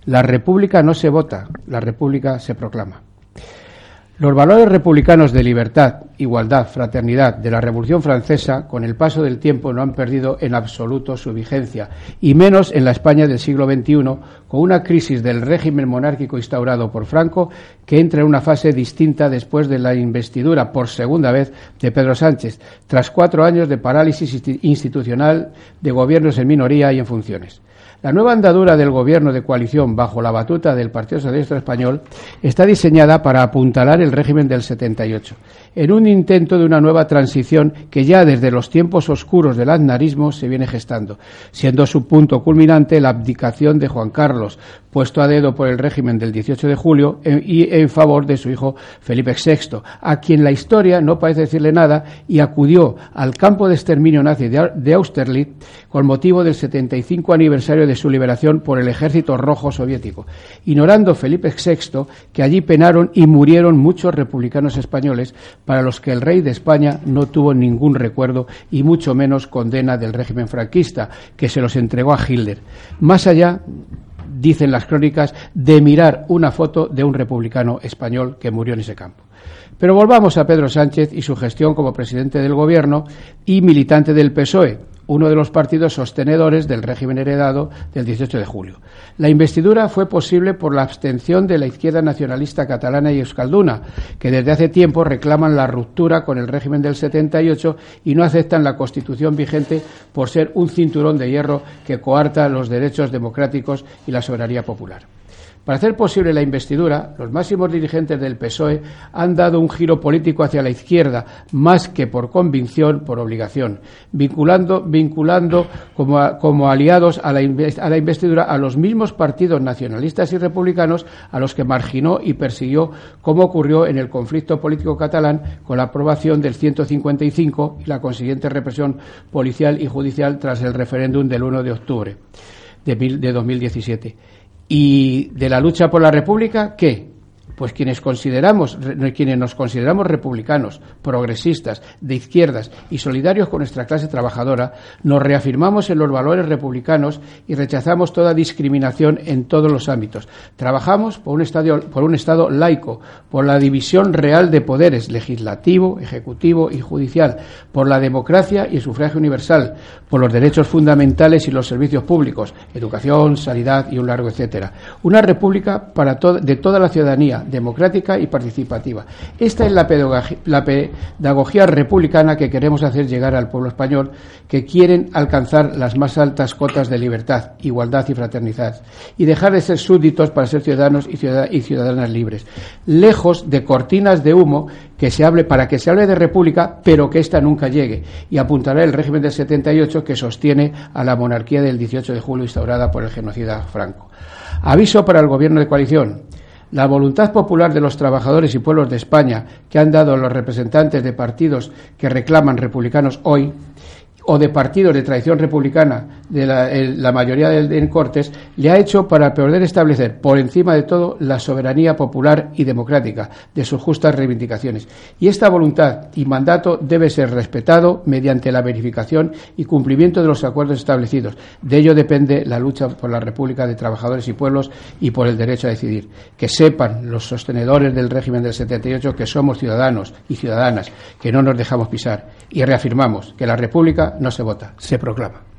La República no se vota, la República se proclama. Los valores republicanos de libertad, igualdad, fraternidad de la Revolución Francesa, con el paso del tiempo no han perdido en absoluto su vigencia, y menos en la España del siglo XXI, con una crisis del régimen monárquico instaurado por Franco, que entra en una fase distinta después de la investidura por segunda vez de Pedro Sánchez, tras 4 años de parálisis institucional, de gobiernos en minoría y en funciones. La nueva andadura del gobierno de coalición bajo la batuta del Partido Socialista Español está diseñada para apuntalar el régimen del 78, en un intento de una nueva transición que ya desde los tiempos oscuros del aznarismo se viene gestando, siendo su punto culminante la abdicación de Juan Carlos, puesto a dedo por el régimen del 18 de julio y en favor de su hijo Felipe VI, a quien la historia no parece decirle nada y acudió al campo de exterminio nazi de Austerlitz con motivo del 75 aniversario de su liberación por el Ejército Rojo Soviético, ignorando Felipe VI que allí penaron y murieron muchos republicanos españoles para los que el rey de España no tuvo ningún recuerdo y mucho menos condena del régimen franquista, que se los entregó a Hitler. Más allá, dicen las crónicas, de mirar una foto de un republicano español que murió en ese campo. Pero volvamos a Pedro Sánchez y su gestión como presidente del Gobierno y militante del PSOE, uno de los partidos sostenedores del régimen heredado del 18 de julio. La investidura fue posible por la abstención de la izquierda nacionalista catalana y euskalduna, que desde hace tiempo reclaman la ruptura con el régimen del 78 y no aceptan la Constitución vigente por ser un cinturón de hierro que coarta los derechos democráticos y la soberanía popular. Para hacer posible la investidura, los máximos dirigentes del PSOE han dado un giro político hacia la izquierda, más que por convicción, por obligación, vinculando como aliados a la investidura a los mismos partidos nacionalistas y republicanos a los que marginó y persiguió, como ocurrió en el conflicto político catalán con la aprobación del 155 y la consiguiente represión policial y judicial tras el referéndum del 1 de octubre de 2017. ¿Y de la lucha por la República qué? Pues quienes nos consideramos republicanos, progresistas, de izquierdas y solidarios con nuestra clase trabajadora, nos reafirmamos en los valores republicanos y rechazamos toda discriminación en todos los ámbitos. Trabajamos por un Estado laico, por la división real de poderes, legislativo, ejecutivo y judicial, por la democracia y el sufragio universal, por los derechos fundamentales y los servicios públicos, educación, sanidad y un largo etcétera. Una república de toda la ciudadanía, democrática y participativa. Esta es la pedagogía republicana que queremos hacer llegar al pueblo español, que quieren alcanzar las más altas cotas de libertad, igualdad y fraternidad, y dejar de ser súbditos para ser ciudadanos y ciudadanas libres, lejos de cortinas de humo para que se hable de república, pero que ésta nunca llegue, y apuntará el régimen del 78 que sostiene a la monarquía del 18 de julio instaurada por el genocida Franco. Aviso para el gobierno de coalición. La voluntad popular de los trabajadores y pueblos de España que han dado los representantes de partidos que reclaman republicanos hoy, o de partidos de tradición republicana de la mayoría en Cortes, le ha hecho para poder establecer por encima de todo la soberanía popular y democrática de sus justas reivindicaciones. Y esta voluntad y mandato debe ser respetado mediante la verificación y cumplimiento de los acuerdos establecidos. De ello depende la lucha por la República de Trabajadores y Pueblos y por el derecho a decidir. Que sepan los sostenedores del régimen del 78 que somos ciudadanos y ciudadanas, que no nos dejamos pisar, y reafirmamos que la República no se vota, se proclama.